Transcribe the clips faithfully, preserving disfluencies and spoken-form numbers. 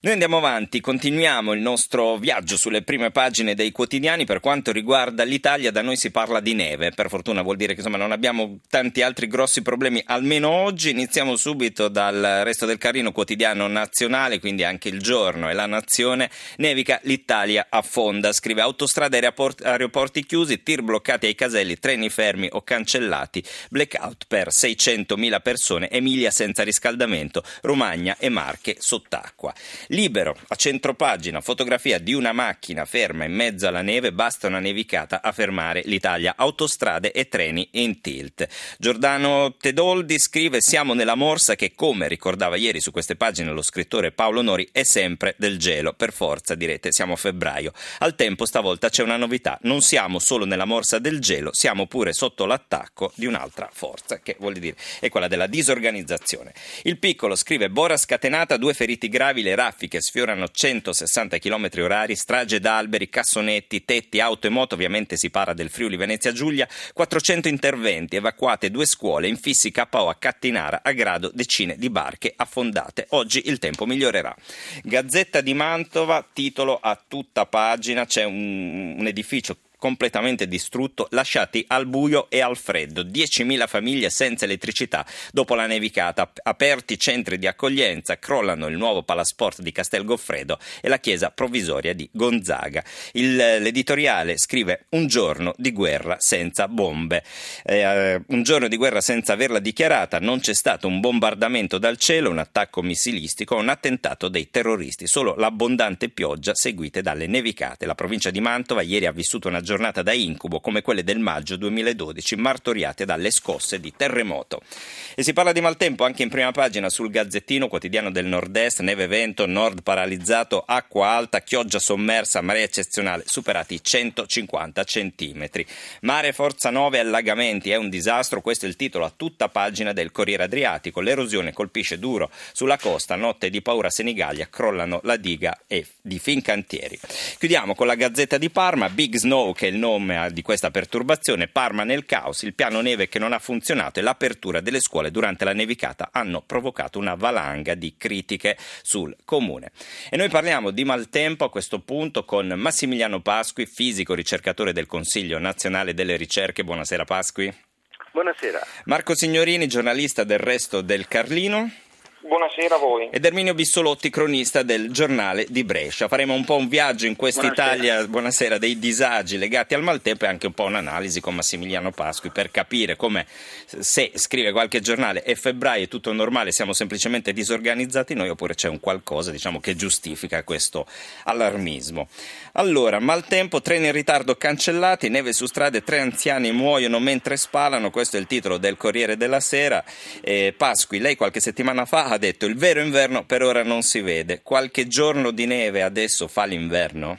Noi andiamo avanti, continuiamo il nostro viaggio sulle prime pagine dei quotidiani. Per quanto riguarda l'Italia, da noi si parla di neve, per fortuna vuol dire che insomma non abbiamo tanti altri grossi problemi, almeno oggi. Iniziamo subito dal Resto del Carlino, quotidiano nazionale, quindi anche Il Giorno e La Nazione. Nevica, l'Italia affonda, scrive: autostrade e aeroporti chiusi, tir bloccati ai caselli, treni fermi o cancellati, blackout per seicentomila persone, Emilia senza riscaldamento, Romagna e Marche sott'acqua. Libero, a centropagina, fotografia di una macchina ferma in mezzo alla neve, basta una nevicata a fermare l'Italia, autostrade e treni in tilt. Giordano Tedoldi scrive: siamo nella morsa che, come ricordava ieri su queste pagine lo scrittore Paolo Nori, è sempre del gelo. Per forza, direte, siamo a febbraio. Al tempo stavolta c'è una novità: non siamo solo nella morsa del gelo, siamo pure sotto l'attacco di un'altra forza, che vuol dire è quella della disorganizzazione. Il Piccolo scrive: Bora scatenata, due feriti gravi, le raffiche che sfiorano centosessanta chilometri orari, strage d'alberi, cassonetti, tetti, auto e moto, ovviamente si parla del Friuli Venezia Giulia, quattrocento interventi, evacuate due scuole, infissi K O a Cattinara, a grado decine di barche affondate. Oggi il tempo migliorerà. Gazzetta di Mantova, titolo a tutta pagina, c'è un, un edificio completamente distrutto, lasciati al buio e al freddo, diecimila famiglie senza elettricità dopo la nevicata, aperti centri di accoglienza, crollano il nuovo palasport di Castel Goffredo e la chiesa provvisoria di Gonzaga. Il, l'editoriale scrive: un giorno di guerra senza bombe, eh, un giorno di guerra senza averla dichiarata, non c'è stato un bombardamento dal cielo, un attacco missilistico, un attentato dei terroristi, solo l'abbondante pioggia seguite dalle nevicate. La provincia di Mantova ieri ha vissuto una giornata da incubo come quelle del maggio duemiladodici, martoriate dalle scosse di terremoto. E si parla di maltempo anche in prima pagina sul Gazzettino, quotidiano del nord-est, neve, vento, nord paralizzato, acqua alta, chioggia sommersa, marea eccezionale, superati i centocinquanta centimetri. Mare forza nove, allagamenti, è un disastro, questo è il titolo a tutta pagina del Corriere Adriatico. L'erosione colpisce duro sulla costa, notte di paura a Senigallia, crollano la diga e di Fincantieri. Chiudiamo con la Gazzetta di Parma, Big Snow, che è il nome di questa perturbazione, Parma nel caos, il piano neve che non ha funzionato e l'apertura delle scuole durante la nevicata hanno provocato una valanga di critiche sul comune. E noi parliamo di maltempo a questo punto con Massimiliano Pasqui, fisico ricercatore del Consiglio Nazionale delle Ricerche. Buonasera Pasqui. Buonasera. Marco Signorini, giornalista del Resto del Carlino. Buonasera a voi. Ed Erminio Bissolotti, cronista del Giornale di Brescia. Faremo un po' un viaggio in questa buonasera. Italia, buonasera, dei disagi legati al maltempo e anche un po' un'analisi con Massimiliano Pasqui per capire come, se scrive qualche giornale è febbraio, è tutto normale, siamo semplicemente disorganizzati noi, oppure c'è un qualcosa, diciamo, che giustifica questo allarmismo. Allora, maltempo, treni in ritardo cancellati, neve su strade, tre anziani muoiono mentre spalano, questo è il titolo del Corriere della Sera. Eh, Pasqui, lei qualche settimana fa ha detto: il vero inverno per ora non si vede. Qualche giorno di neve adesso fa l'inverno?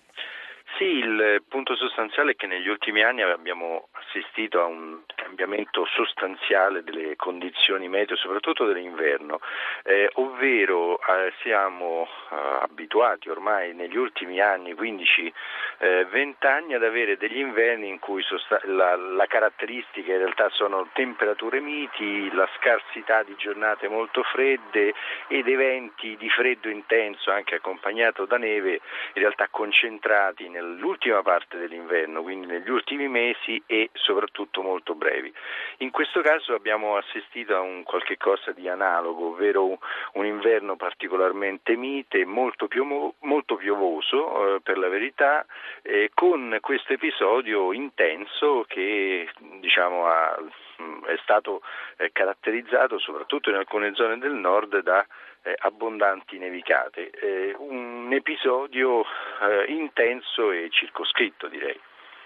Sì, il punto sostanziale è che negli ultimi anni abbiamo assistito a un cambiamento sostanziale delle condizioni meteo, soprattutto dell'inverno, eh, ovvero eh, siamo eh, abituati ormai negli ultimi anni, quindici venti anni, ad avere degli inverni in cui sosta- la, la caratteristica in realtà sono temperature miti, la scarsità di giornate molto fredde ed eventi di freddo intenso anche accompagnato da neve, in realtà concentrati nell'ultima parte dell'inverno, quindi negli ultimi mesi e soprattutto molto brevi. In questo caso abbiamo assistito a un qualche cosa di analogo, ovvero un, un inverno particolarmente mite, molto, piovo, molto piovoso eh, per la verità, eh, con questo episodio intenso che diciamo ha, è stato eh, caratterizzato soprattutto in alcune zone del nord da eh, abbondanti nevicate, eh, un episodio eh, intenso e circoscritto, direi.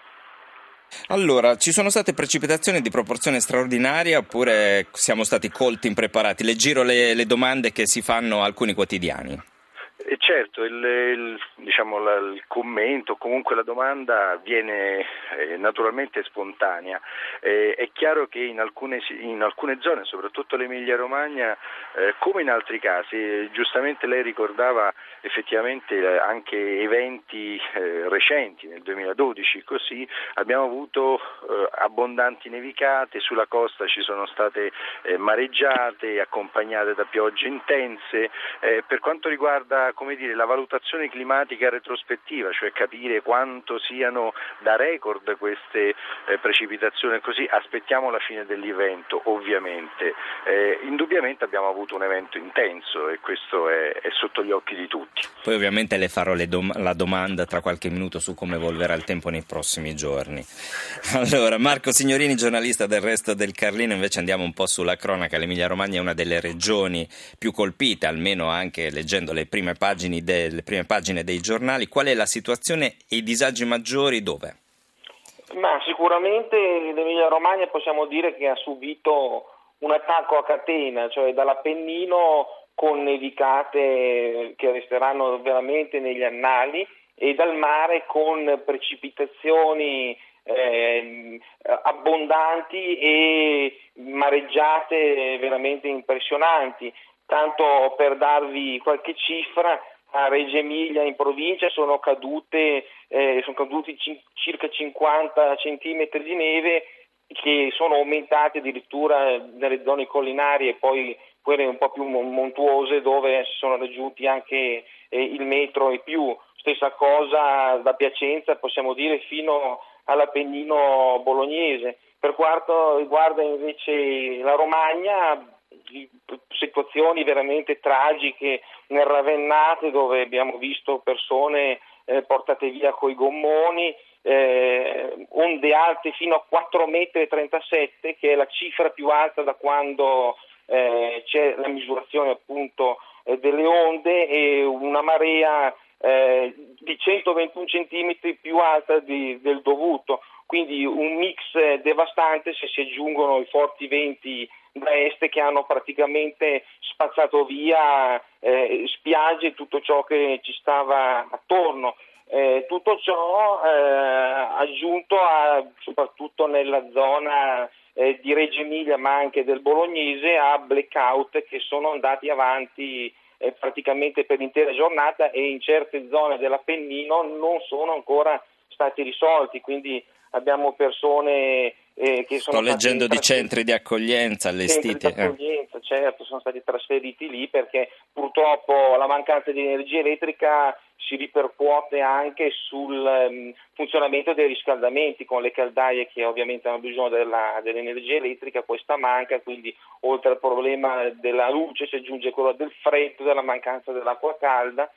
Allora, ci sono state precipitazioni di proporzione straordinaria oppure siamo stati colti impreparati? Le giro le, le domande che si fanno alcuni quotidiani. certo, il, il, diciamo, la, il commento, comunque la domanda viene eh, naturalmente spontanea. Eh, è chiaro che in alcune, in alcune zone, soprattutto l'Emilia Romagna, eh, come in altri casi, eh, giustamente lei ricordava effettivamente eh, anche eventi eh, recenti, nel duemiladodici, così abbiamo avuto eh, abbondanti nevicate, sulla costa ci sono state eh, mareggiate accompagnate da piogge intense. Eh, per quanto riguarda, come dire, la valutazione climatica retrospettiva, cioè capire quanto siano da record queste eh, precipitazioni e così, aspettiamo la fine dell'evento ovviamente. Eh, indubbiamente abbiamo avuto un evento intenso e questo è, è sotto gli occhi di tutti. Poi ovviamente le farò le dom- la domanda tra qualche minuto su come evolverà il tempo nei prossimi giorni. Allora, Marco Signorini, giornalista del Resto del Carlino, invece andiamo un po' sulla cronaca. L'Emilia Romagna è una delle regioni più colpite, almeno anche leggendo le prime pagine, de- le prime pagine dei giornali. Qual è la situazione e i disagi maggiori dove? Ma sicuramente l'Emilia Romagna possiamo dire che ha subito un attacco a catena, cioè dall'Appennino con nevicate che resteranno veramente negli annali e dal mare con precipitazioni eh, abbondanti e mareggiate veramente impressionanti. Tanto per darvi qualche cifra, a Reggio Emilia in provincia sono cadute eh, sono caduti c- circa cinquanta centimetri di neve, che sono aumentate addirittura nelle zone collinari e poi quelle un po' più montuose dove si sono raggiunti anche eh, il metro e più. Stessa cosa da Piacenza, possiamo dire, fino all'Appennino bolognese. Per quanto riguarda invece la Romagna, situazioni veramente tragiche nel Ravennate, dove abbiamo visto persone eh, portate via coi gommoni, eh, onde alte fino a quattro virgola trentasette metri, che è la cifra più alta da quando eh, c'è la misurazione appunto eh, delle onde, e una marea eh, di centoventuno centimetri più alta di, del dovuto. Quindi un mix devastante, se si aggiungono i forti venti da est che hanno praticamente spazzato via eh, spiagge e tutto ciò che ci stava attorno. Eh, tutto ciò eh, aggiunto a, soprattutto nella zona eh, di Reggio Emilia ma anche del Bolognese, a blackout che sono andati avanti eh, praticamente per l'intera giornata e in certe zone dell'Appennino non sono ancora stati risolti, quindi abbiamo persone eh, che sono Sto leggendo di centri di accoglienza allestiti. Centri di accoglienza, eh. Certo, sono stati trasferiti lì perché purtroppo la mancanza di energia elettrica si ripercuote anche sul um, funzionamento dei riscaldamenti, con le caldaie che ovviamente hanno bisogno della, dell'energia elettrica. Questa manca, quindi oltre al problema della luce si aggiunge quello del freddo, della mancanza dell'acqua calda,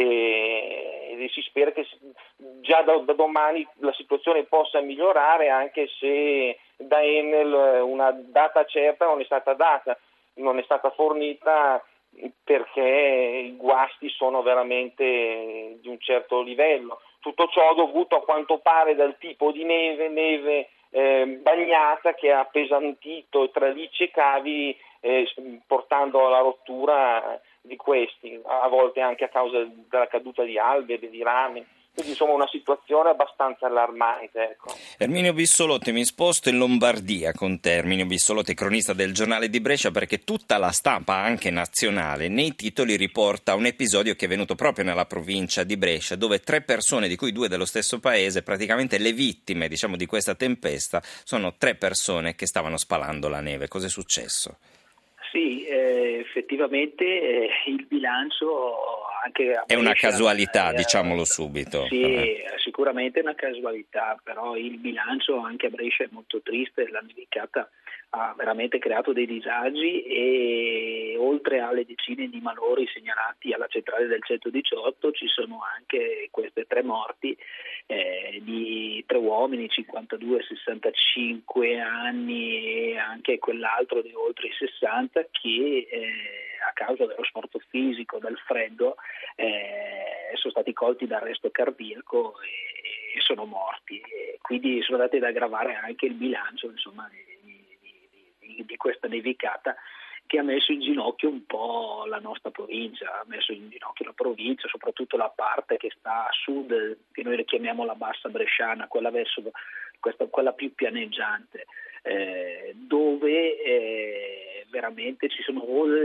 e, e si spera che già da, da domani la situazione possa migliorare, anche se da Enel una data certa non è stata data, non è stata fornita, perché i guasti sono veramente di un certo livello. Tutto ciò dovuto a quanto pare dal tipo di neve, neve eh, bagnata, che ha appesantito i tralicci e cavi, eh, portando alla rottura di questi, a volte anche a causa della caduta di alberi, di rami. Quindi insomma una situazione abbastanza allarmante. Ecco. Erminio Bissolotti, mi sposto in Lombardia con te. Erminio Bissolotti, cronista del Giornale di Brescia, perché tutta la stampa, anche nazionale, nei titoli riporta un episodio che è venuto proprio nella provincia di Brescia, dove tre persone, di cui due dello stesso paese, praticamente le vittime, diciamo, di questa tempesta, sono tre persone che stavano spalando la neve. Cos'è successo? Sì, eh, effettivamente eh, il bilancio anche a è una Brescia, casualità, eh, diciamolo subito. Sì, eh. sicuramente è una casualità, però il bilancio anche a Brescia è molto triste. La nevicata ha veramente creato dei disagi e oltre alle decine di malori segnalati alla centrale del centodiciotto ci sono anche queste tre morti eh, di tre uomini, cinquantadue e sessantacinque anni, e anche quell'altro di oltre i sessanta che eh, a causa dello sforzo fisico, del freddo, eh, sono stati colti da arresto cardiaco e, e sono morti. E quindi sono andati ad aggravare anche il bilancio, insomma, di, di, di, di questa nevicata che ha messo in ginocchio un po' la nostra provincia, ha messo in ginocchio la provincia, soprattutto la parte che sta a sud, che noi chiamiamo la bassa bresciana, quella verso questa, quella più pianeggiante, eh, dove eh, veramente ci sono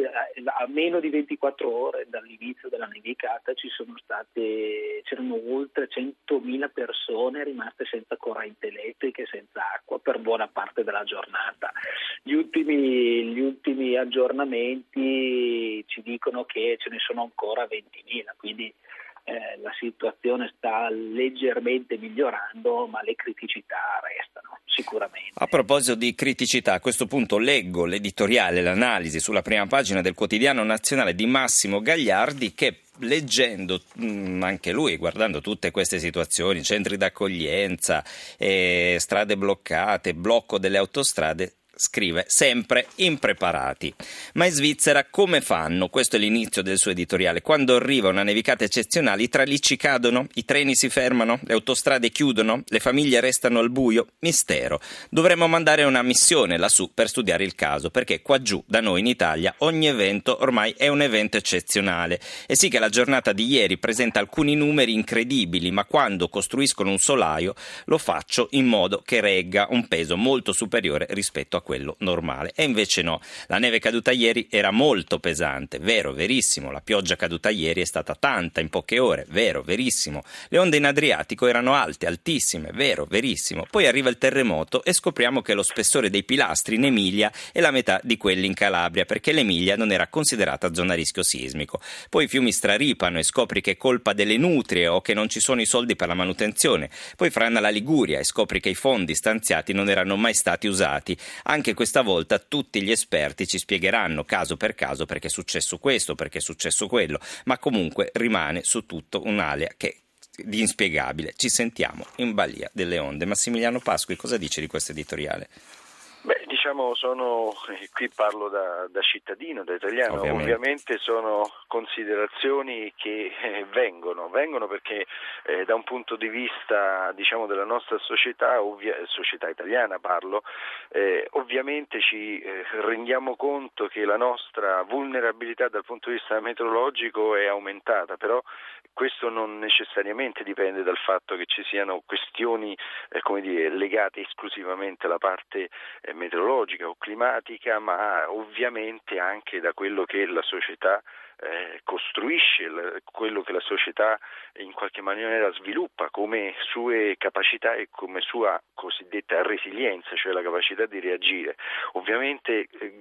a meno di ventiquattro ore dall'inizio della nevicata ci sono state c'erano oltre centomila persone rimaste senza corrente elettrica e senza acqua per buona parte della giornata. Gli ultimi, gli ultimi aggiornamenti ci dicono che ce ne sono ancora ventimila, quindi eh, la situazione sta leggermente migliorando, ma le criticità restano sicuramente. A proposito di criticità, a questo punto leggo l'editoriale, l'analisi sulla prima pagina del Quotidiano Nazionale di Massimo Gagliardi, che leggendo mh, anche lui, guardando tutte queste situazioni, centri d'accoglienza, eh, strade bloccate, blocco delle autostrade, scrive sempre impreparati. Ma in Svizzera come fanno? Questo è l'inizio del suo editoriale. Quando arriva una nevicata eccezionale, i tralicci cadono, i treni si fermano, le autostrade chiudono, le famiglie restano al buio. Mistero. Dovremmo mandare una missione lassù per studiare il caso, perché qua giù, da noi in Italia, ogni evento ormai è un evento eccezionale. E sì che la giornata di ieri presenta alcuni numeri incredibili, ma quando costruiscono un solaio lo faccio in modo che regga un peso molto superiore rispetto a quello normale. E invece no, la neve caduta ieri era molto pesante, vero, verissimo, la pioggia caduta ieri è stata tanta in poche ore, vero, verissimo, le onde in Adriatico erano alte, altissime, vero, verissimo, poi arriva il terremoto e scopriamo che lo spessore dei pilastri in Emilia è la metà di quelli in Calabria, perché l'Emilia non era considerata zona a rischio sismico, poi i fiumi straripano e scopri che è colpa delle nutrie o che non ci sono i soldi per la manutenzione, poi frana la Liguria e scopri che i fondi stanziati non erano mai stati usati. Anche questa volta tutti gli esperti ci spiegheranno caso per caso perché è successo questo, perché è successo quello, ma comunque rimane su tutto un'alea che di inspiegabile. Ci sentiamo in balia delle onde. Massimiliano Pasqui, cosa dice di questo editoriale? Beh, diciamo sono, qui parlo da, da cittadino, da italiano, ovviamente. ovviamente sono considerazioni che eh, vengono, vengono perché eh, da un punto di vista diciamo della nostra società, ovvia, società italiana parlo, eh, ovviamente ci eh, rendiamo conto che la nostra vulnerabilità dal punto di vista meteorologico è aumentata, però questo non necessariamente dipende dal fatto che ci siano questioni eh, come dire, legate esclusivamente alla parte eh, meteorologica o climatica, ma ovviamente anche da quello che la società eh, costruisce, l- quello che la società in qualche maniera sviluppa come sue capacità e come sua cosiddetta resilienza, cioè la capacità di reagire. Ovviamente eh,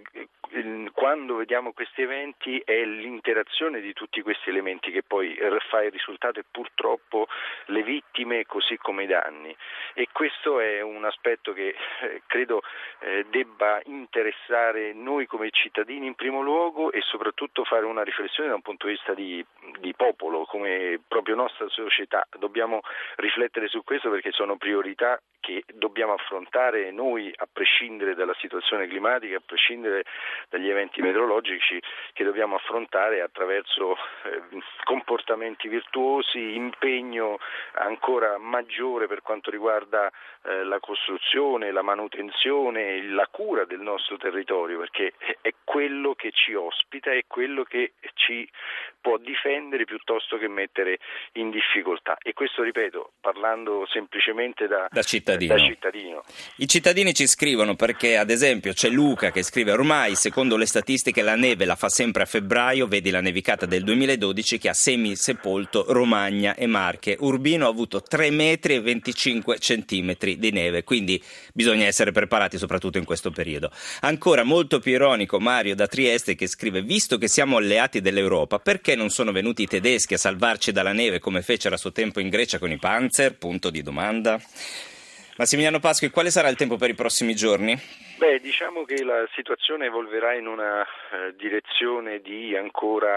quando vediamo questi eventi è l'interazione di tutti questi elementi che poi fa il risultato e purtroppo le vittime così come i danni, e questo è un aspetto che eh, credo eh, debba interessare noi come cittadini in primo luogo e soprattutto fare una riflessione da un punto di vista di, di popolo, come proprio nostra società. Dobbiamo riflettere su questo perché sono priorità che dobbiamo affrontare noi a prescindere dalla situazione climatica, a prescindere dagli eventi meteorologici, che dobbiamo affrontare attraverso eh, comportamenti virtuosi, impegno ancora maggiore per quanto riguarda eh, la costruzione, la manutenzione, la cura del nostro territorio, perché è quello che ci ospita, è quello che ci può difendere piuttosto che mettere in difficoltà. E questo, ripeto, parlando semplicemente da, da cittadino. da cittadino. I cittadini ci scrivono perché, ad esempio, c'è Luca che scrive: ormai, secondo le statistiche, la neve la fa sempre a febbraio, vedi la nevicata del duemiladodici che ha semisepolto Romagna e Marche. Urbino ha avuto tre metri e venticinque centimetri di neve, quindi bisogna essere preparati soprattutto in questo periodo. Ancora molto più ironico Mario da Trieste che scrive: visto che siamo alleati dell'Europa, perché non sono venuti i tedeschi a salvarci dalla neve come fecero a suo tempo in Grecia con i Panzer? Punto di domanda. Massimiliano Pasqui, quale sarà il tempo per i prossimi giorni? Beh, diciamo che la situazione evolverà in una eh, direzione di ancora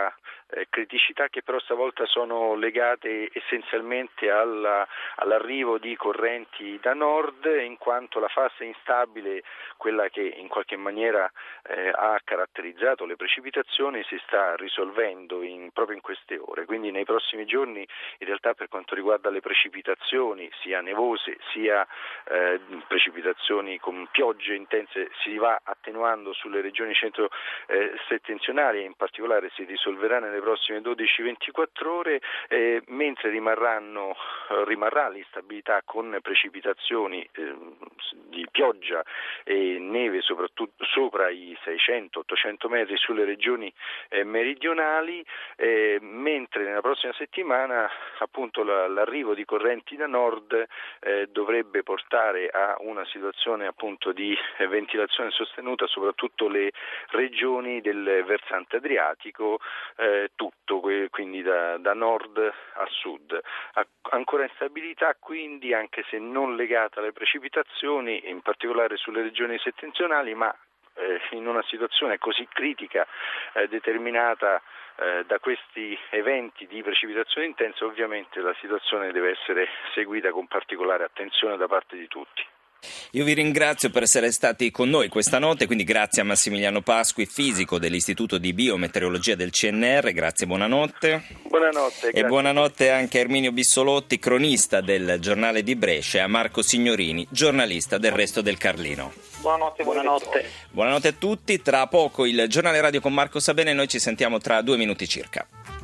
eh, criticità che però stavolta sono legate essenzialmente alla, all'arrivo di correnti da nord, in quanto la fase instabile, quella che in qualche maniera eh, ha caratterizzato le precipitazioni, si sta risolvendo in, proprio in queste ore. Quindi nei prossimi giorni in realtà per quanto riguarda le precipitazioni sia nevose sia eh, precipitazioni con piogge intense si va attenuando sulle regioni centro eh, settentrionali, e in particolare si risolverà nelle prossime dodici ventiquattro ore, eh, mentre rimarranno, eh, rimarrà l'instabilità con precipitazioni eh, di pioggia e neve soprattutto sopra i seicento ottocento metri sulle regioni eh, meridionali, eh, mentre nella prossima settimana appunto la, l'arrivo di correnti da nord eh, dovrebbe portare a una situazione appunto di eh, ventilazione sostenuta, soprattutto le regioni del versante adriatico, eh, tutto, quindi da, da nord a sud. Ancora instabilità quindi, anche se non legata alle precipitazioni, in particolare sulle regioni settentrionali, ma eh, in una situazione così critica eh, determinata eh, da questi eventi di precipitazione intensa, ovviamente la situazione deve essere seguita con particolare attenzione da parte di tutti. Io vi ringrazio per essere stati con noi questa notte, quindi grazie a Massimiliano Pasqui, fisico dell'Istituto di Biometeorologia del C N R, grazie, buonanotte. Buonanotte. E buonanotte anche a Erminio Bissolotti, cronista del Giornale di Brescia, e a Marco Signorini, giornalista del Resto del Carlino. Buonanotte. Buonanotte. Buonanotte a tutti, tra poco il Giornale Radio con Marco Sabene, noi ci sentiamo tra due minuti circa.